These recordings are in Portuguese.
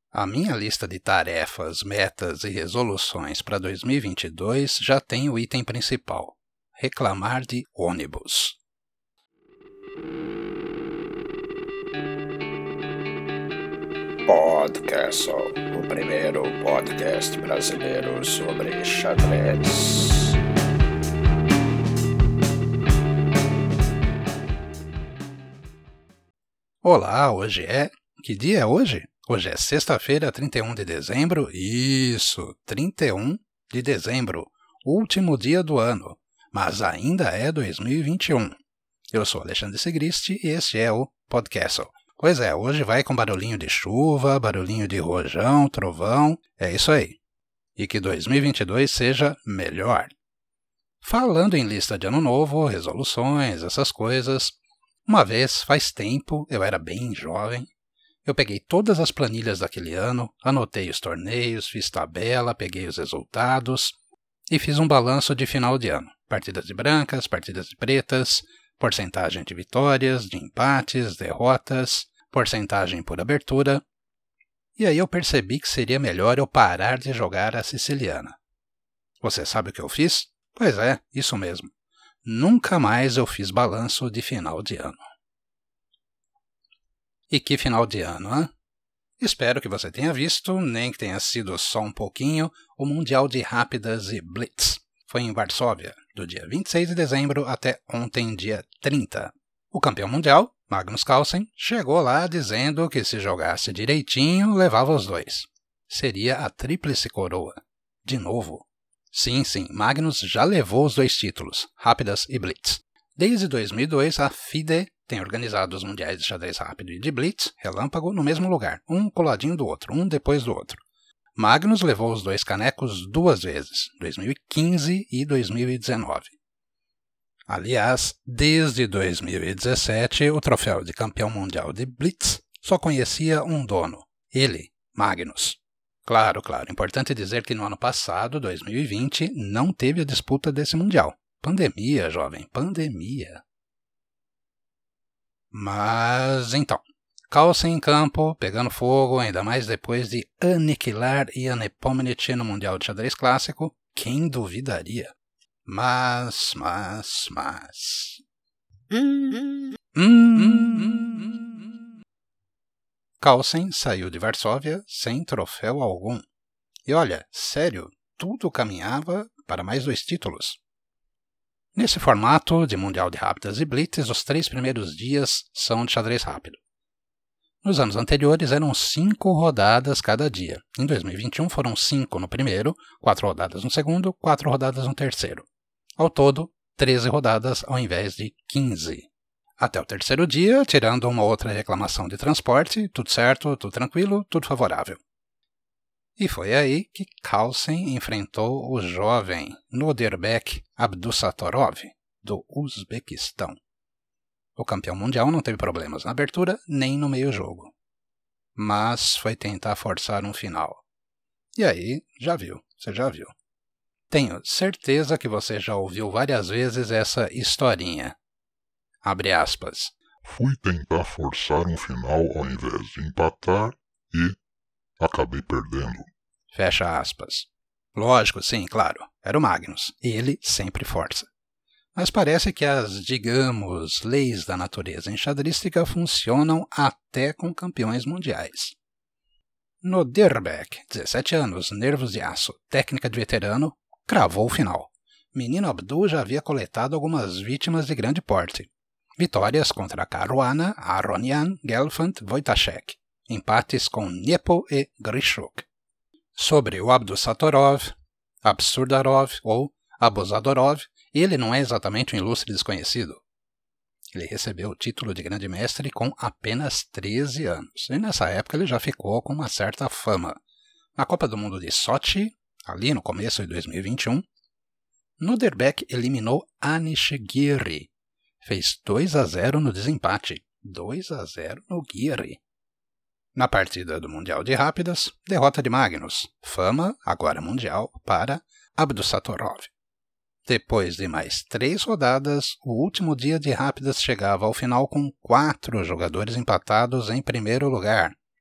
A minha lista de tarefas, metas e resoluções para 2022 já tem o item principal: reclamar de ônibus. Podcast, o primeiro podcast brasileiro sobre xadrez. Olá, hoje é... Que dia é hoje? Hoje é sexta-feira, 31 de dezembro. Isso, 31 de dezembro, último dia do ano, mas ainda é 2021. Eu sou Alexandre Sigristi e este é o Podcast. Pois é, hoje vai com barulhinho de chuva, barulhinho de rojão, trovão, é isso aí. E que 2022 seja melhor. Falando em lista de ano novo, resoluções, essas coisas, uma vez, faz tempo, eu era bem jovem, eu peguei todas as planilhas daquele ano, anotei os torneios, fiz tabela, peguei os resultados e fiz um balanço de final de ano. Partidas de brancas, partidas de pretas, porcentagem de vitórias, de empates, derrotas, porcentagem por abertura. E aí eu percebi que seria melhor eu parar de jogar a siciliana. Você sabe o que eu fiz? Pois é, isso mesmo. Nunca mais eu fiz balanço de final de ano. E que final de ano, hein? Espero que você tenha visto, nem que tenha sido só um pouquinho, o Mundial de Rápidas e Blitz. Foi em Varsóvia, do dia 26 de dezembro até ontem, dia 30. O campeão mundial, Magnus Carlsen, chegou lá dizendo que se jogasse direitinho, levava os dois. Seria a tríplice coroa. De novo. Sim, Magnus já levou os dois títulos, Rápidas e Blitz. Desde 2002, a FIDE tem organizado os mundiais de xadrez rápido e de Blitz, relâmpago, no mesmo lugar, um coladinho do outro, um depois do outro. Magnus levou os dois canecos duas vezes, 2015 e 2019. Aliás, desde 2017, o troféu de campeão mundial de Blitz só conhecia um dono, ele, Magnus. Claro, importante dizer que no ano passado, 2020, não teve a disputa desse mundial. Pandemia, jovem, pandemia. Mas, então, Carlsen em campo, pegando fogo, ainda mais depois de aniquilar Ian Nepomniachtchi no Mundial de Xadrez Clássico, quem duvidaria? Mas... Carlsen saiu de Varsóvia sem troféu algum. E olha, sério, tudo caminhava para mais 2 títulos. Nesse formato de Mundial de Rápidas e Blitz, os 3 primeiros dias são de xadrez rápido. Nos anos anteriores eram 5 rodadas cada dia. Em 2021 foram 5 no primeiro, 4 rodadas no segundo, 4 rodadas no terceiro. Ao todo, 13 rodadas ao invés de 15. Até o terceiro dia, tirando uma outra reclamação de transporte, tudo certo, tudo tranquilo, tudo favorável. E foi aí que Carlsen enfrentou o jovem Nodirbek Abdusattorov, do Uzbequistão. O campeão mundial não teve problemas na abertura nem no meio-jogo, mas foi tentar forçar um final. E aí, você já viu. Tenho certeza que você já ouviu várias vezes essa historinha. Abre aspas. Fui tentar forçar um final ao invés de empatar e acabei perdendo. Fecha aspas. Lógico, sim, claro. Era o Magnus. Ele sempre força. Mas parece que as, digamos, leis da natureza enxadrística funcionam até com campeões mundiais. Nodirbek, 17 anos, nervos de aço, técnica de veterano, cravou o final. Menino Abdul já havia coletado algumas vítimas de grande porte. Vitórias contra Caruana, Aronian, Gelfand, Wojtaszek. Empates com Niepo e Grishuk. Sobre o Abdusattorov, Absurdarov ou Abusadorov, ele não é exatamente um ilustre desconhecido. Ele recebeu o título de grande mestre com apenas 13 anos, e nessa época ele já ficou com uma certa fama. Na Copa do Mundo de Sochi, ali no começo de 2021, Nodirbek eliminou Anish Giri. Fez 2-0 no desempate, 2-0 no Giri. Na partida do Mundial de Rápidas, derrota de Magnus, fama, agora mundial, para Abdusattorov. Depois de mais 3 rodadas, o último dia de Rápidas chegava ao final com 4 jogadores empatados em primeiro lugar.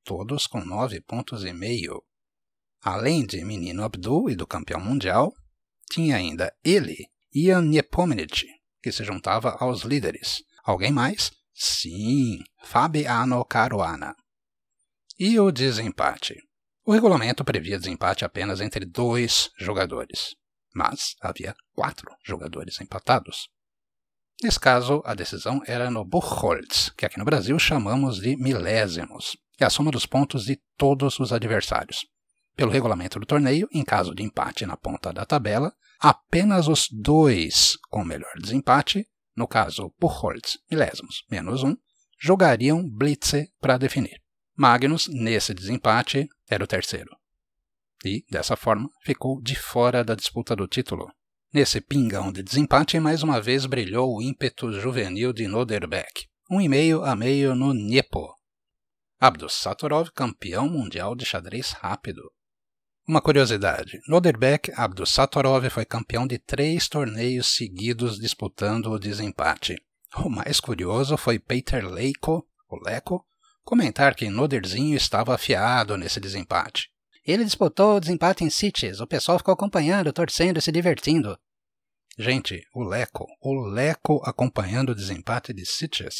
todos com 9,5 pontos. Além de Menino Abdul e do campeão mundial, tinha ainda ele, Ian Nepomniachtchi, que se juntava aos líderes. Alguém mais? Sim, Fabiano Caruana. E o desempate? O regulamento previa desempate apenas entre 2 jogadores, mas havia 4 jogadores empatados. Nesse caso, a decisão era no Buchholz, que aqui no Brasil chamamos de milésimos, que é a soma dos pontos de todos os adversários. Pelo regulamento do torneio, em caso de empate na ponta da tabela, apenas os 2 com melhor desempate, no caso Buchholz, milésimos, menos 1, jogariam Blitze para definir. Magnus, nesse desempate, era o terceiro. E, dessa forma, ficou de fora da disputa do título. Nesse pingão de desempate, mais uma vez brilhou o ímpeto juvenil de Noderbeck. 1,5 no Dniepo. Abdusattorov, campeão mundial de xadrez rápido. Uma curiosidade, Noderbeck Abdusattorov foi campeão de 3 torneios seguidos disputando o desempate. O mais curioso foi Peter Leko, o Leco, comentar que Noderzinho estava afiado nesse desempate. Ele disputou o desempate em Sitges, o pessoal ficou acompanhando, torcendo e se divertindo. Gente, o Leco acompanhando o desempate de Sitges.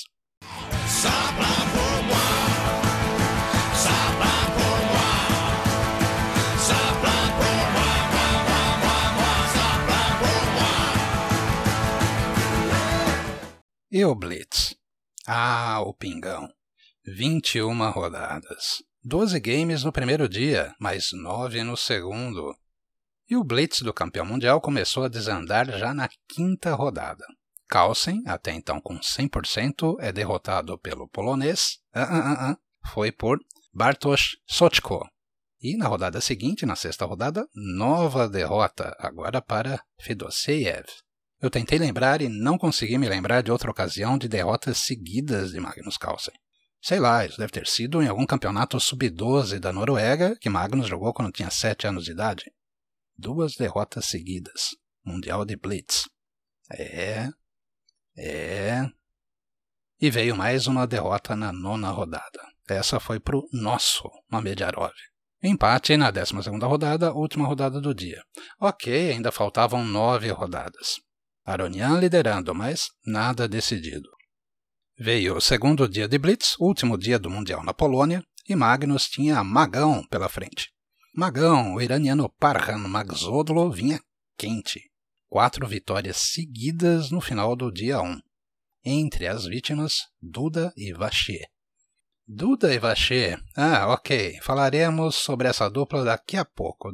E o Blitz? Ah, o pingão. 21 rodadas. 12 games no primeiro dia, mais 9 no segundo. E o Blitz do campeão mundial começou a desandar já na 5ª rodada. Carlsen, até então com 100%, é derrotado pelo polonês. Foi por Bartosz Soczko. E na rodada seguinte, na 6ª rodada, nova derrota, agora para Fedosseyev. Eu tentei lembrar e não consegui me lembrar de outra ocasião de derrotas seguidas de Magnus Carlsen. Sei lá, isso deve ter sido em algum campeonato sub-12 da Noruega que Magnus jogou quando tinha 7 anos de idade. 2 derrotas seguidas. Mundial de Blitz. E veio mais uma derrota na 9ª rodada. Essa foi pro nosso Mamedjarov. Empate na 12ª rodada, última rodada do dia. Ok, ainda faltavam 9 rodadas. Aronian liderando, mas nada decidido. Veio o segundo dia de Blitz, último dia do Mundial na Polônia, e Magnus tinha Magão pela frente. Magão, o iraniano Parhan Magsodlo, vinha quente. 4 vitórias seguidas no final do dia 1. Entre as vítimas, Duda e Vachier. Duda e Vachier, ok, falaremos sobre essa dupla daqui a pouco.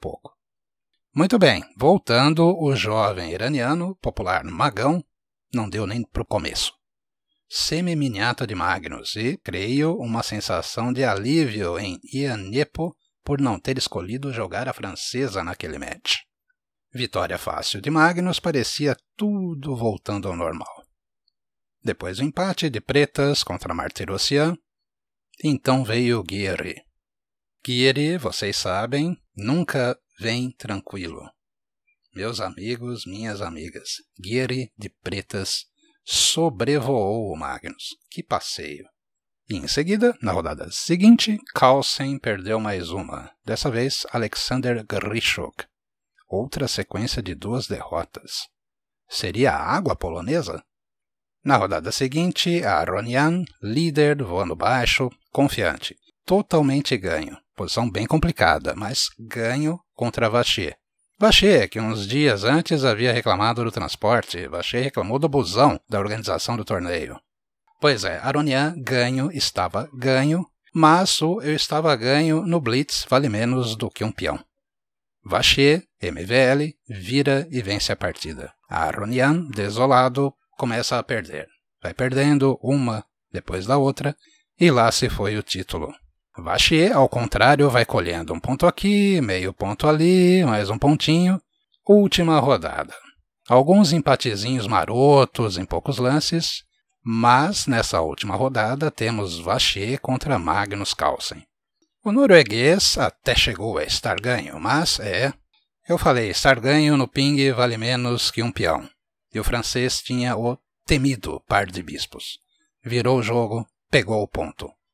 Muito bem, voltando, o jovem iraniano, popular Magão, não deu nem pro começo. Semi-miniata de Magnus e, creio, uma sensação de alívio em Ian Nepo por não ter escolhido jogar a francesa naquele match. Vitória fácil de Magnus, parecia tudo voltando ao normal. Depois o empate de Pretas contra Martirosyan, então veio Guerri. Guerri, vocês sabem, nunca vem tranquilo. Meus amigos, minhas amigas, Guerri de Pretas sobrevoou o Magnus. Que passeio! E em seguida, na rodada seguinte, Carlsen perdeu mais uma. Dessa vez, Alexander Grishuk. Outra sequência de 2 derrotas. Seria a água polonesa? Na rodada seguinte, Aronian, líder, voando baixo, confiante. Totalmente ganho. Posição bem complicada, mas ganho contra Vachier. Vachier, que uns dias antes havia reclamado do transporte. Vachier reclamou do busão da organização do torneio. Pois é, Aronian estava ganho, mas o eu estava ganho no Blitz vale menos do que um peão. Vachier, MVL, vira e vence a partida. Aronian, desolado, começa a perder. Vai perdendo uma depois da outra, e lá se foi o título. Vachier, ao contrário, vai colhendo um ponto aqui, meio ponto ali, mais um pontinho. Última rodada. Alguns empatezinhos marotos em poucos lances, mas nessa última rodada temos Vachier contra Magnus Carlsen. O norueguês até chegou a estar ganho, mas eu falei, estar ganho no ping vale menos que um peão. E o francês tinha o temido par de bispos. Virou o jogo, pegou o ponto.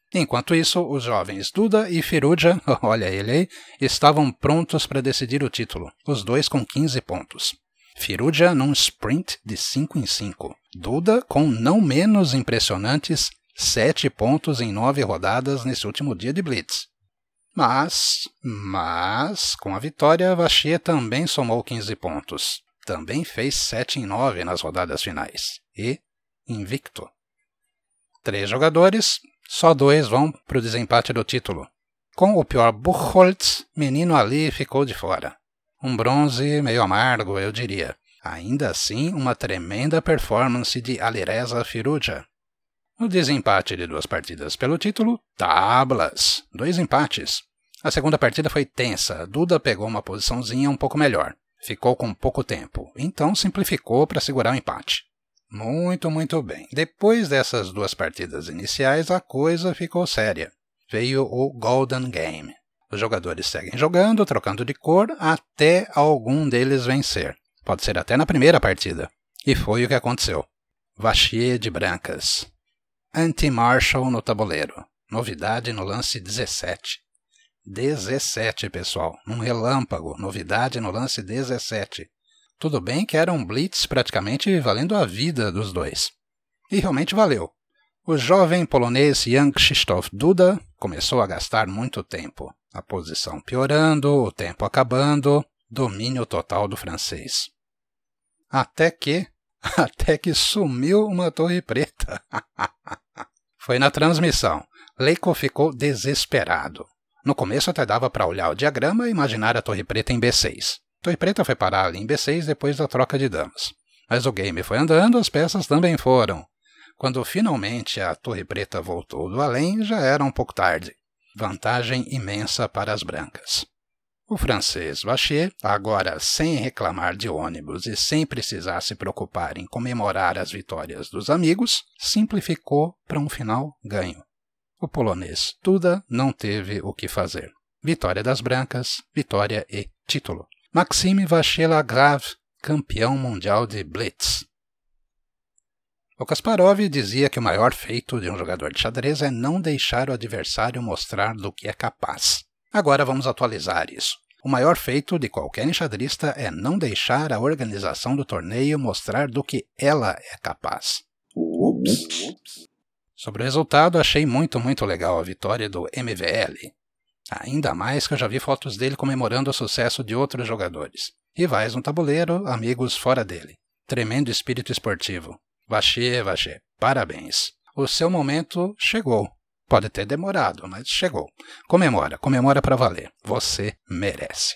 Enquanto isso, os jovens Duda e Firouzja, olha ele aí, estavam prontos para decidir o título, os dois com 15 pontos. Firouzja num sprint de 5 em 5. Duda com não menos impressionantes 7 pontos em 9 rodadas nesse último dia de Blitz. Mas, com a vitória, Vachier também somou 15 pontos. Também fez 7 em 9 nas rodadas finais. E invicto. 3 jogadores, só 2 vão para o desempate do título. Com o pior Buchholz, menino ali ficou de fora. Um bronze meio amargo, eu diria. Ainda assim, uma tremenda performance de Alireza Firouzja. No desempate de 2 partidas pelo título, tablas. 2 empates. A segunda partida foi tensa. Duda pegou uma posiçãozinha um pouco melhor. Ficou com pouco tempo, então simplificou para segurar o empate. Muito bem. Depois dessas 2 partidas iniciais, a coisa ficou séria. Veio o Golden Game. Os jogadores seguem jogando, trocando de cor, até algum deles vencer. Pode ser até na primeira partida. E foi o que aconteceu. Vachier de brancas. Anti-Marshall no tabuleiro. Novidade no lance 17. 17, pessoal. Num relâmpago. Novidade no lance 17. Tudo bem que era um blitz praticamente valendo a vida dos dois. E realmente valeu. O jovem polonês Jan Krzysztof Duda começou a gastar muito tempo. A posição piorando, o tempo acabando, domínio total do francês. Até que sumiu uma torre preta. Foi na transmissão. Leiko ficou desesperado. No começo até dava para olhar o diagrama e imaginar a torre preta em B6. A torre preta foi parar ali em B6 depois da troca de damas. Mas o game foi andando, as peças também foram. Quando finalmente a torre preta voltou do além, já era um pouco tarde. Vantagem imensa para as brancas. O francês Vachier, agora sem reclamar de ônibus e sem precisar se preocupar em comemorar as vitórias dos amigos, simplificou para um final ganho. O polonês Duda não teve o que fazer. Vitória das brancas, vitória e título. Maxime Vachier-Lagrave, campeão mundial de Blitz. O Kasparov dizia que o maior feito de um jogador de xadrez é não deixar o adversário mostrar do que é capaz. Agora vamos atualizar isso. O maior feito de qualquer enxadrista é não deixar a organização do torneio mostrar do que ela é capaz. Ups. Sobre o resultado, achei muito legal a vitória do MVL. Ainda mais que eu já vi fotos dele comemorando o sucesso de outros jogadores. Rivais no tabuleiro, amigos fora dele. Tremendo espírito esportivo. Vachier, parabéns. O seu momento chegou. Pode ter demorado, mas chegou. Comemora pra valer. Você merece.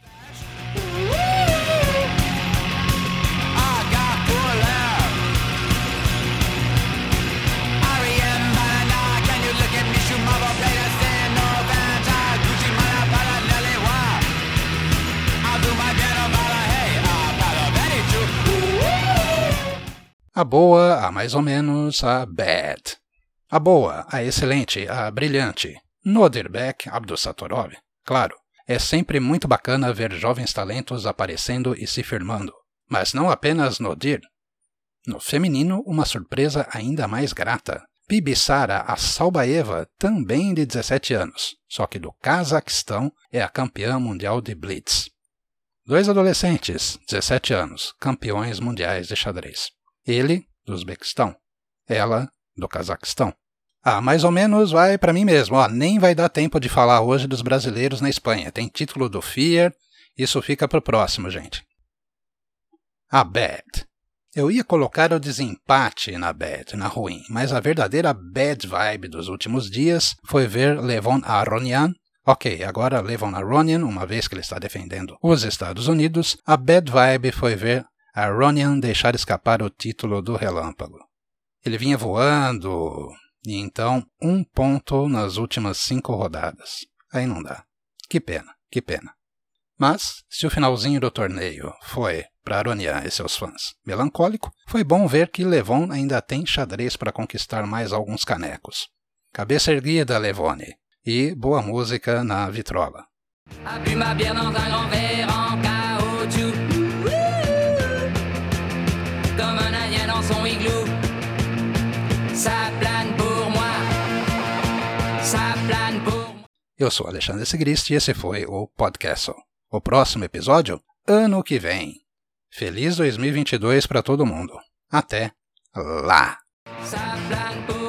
A boa, a mais ou menos, a bad. A boa, a excelente, a brilhante. Nodirbek Abdusattorov. Claro, é sempre muito bacana ver jovens talentos aparecendo e se firmando. Mas não apenas Nodir. No feminino, uma surpresa ainda mais grata. Bibisara Asalbaeva, também de 17 anos, só que do Cazaquistão, é a campeã mundial de Blitz. 2 adolescentes, 17 anos, campeões mundiais de xadrez. Ele, do Uzbequistão. Ela, do Cazaquistão. Mais ou menos vai para mim mesmo. Nem vai dar tempo de falar hoje dos brasileiros na Espanha. Tem título do FIER. Isso fica para o próximo, gente. A bad. Eu ia colocar o desempate na bad, na ruim. Mas a verdadeira bad vibe dos últimos dias foi ver Levon Aronian. Ok, agora Levon Aronian, uma vez que ele está defendendo os Estados Unidos, a bad vibe foi ver Aronian deixar escapar o título do relâmpago. Ele vinha voando, e então 1 ponto nas últimas 5 rodadas. Aí não dá. Que pena. Mas, se o finalzinho do torneio foi, para Aronian e seus fãs, melancólico, foi bom ver que Levon ainda tem xadrez para conquistar mais alguns canecos. Cabeça erguida, Levone, e boa música na vitrola. Eu sou Alexandre Sigrist e esse foi o Podcastle. O próximo episódio, ano que vem. Feliz 2022 para todo mundo. Até lá!